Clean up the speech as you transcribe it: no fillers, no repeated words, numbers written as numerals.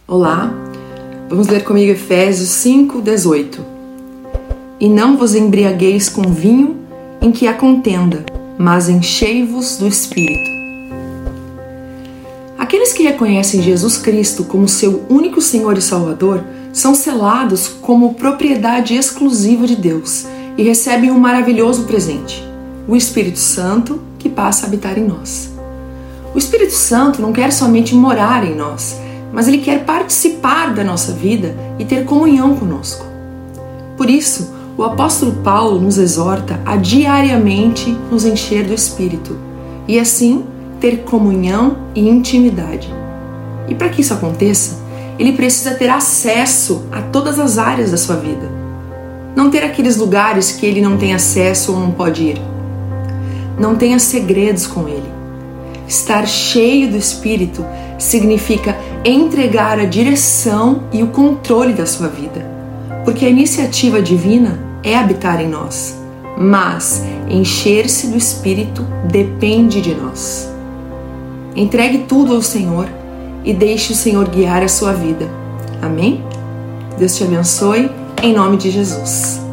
Olá, vamos ler comigo Efésios 5:18. E não vos embriagueis com vinho em que há contenda, mas enchei-vos do Espírito. Aqueles que reconhecem Jesus Cristo como seu único Senhor e Salvador são selados como propriedade exclusiva de Deus e recebem um maravilhoso presente, o Espírito Santo, que passa a habitar em nós. O Espírito Santo não quer somente morar em nós, mas ele quer participar da nossa vida e ter comunhão conosco. Por isso, o apóstolo Paulo nos exorta a diariamente nos encher do Espírito e assim ter comunhão e intimidade. E para que isso aconteça, ele precisa ter acesso a todas as áreas da sua vida. Não ter aqueles lugares que ele não tem acesso ou não pode ir. Não tenha segredos com ele. Estar cheio do Espírito significa entregar a direção e o controle da sua vida, porque a iniciativa divina é habitar em nós, mas encher-se do Espírito depende de nós. Entregue tudo ao Senhor e deixe o Senhor guiar a sua vida. Amém? Deus te abençoe, em nome de Jesus.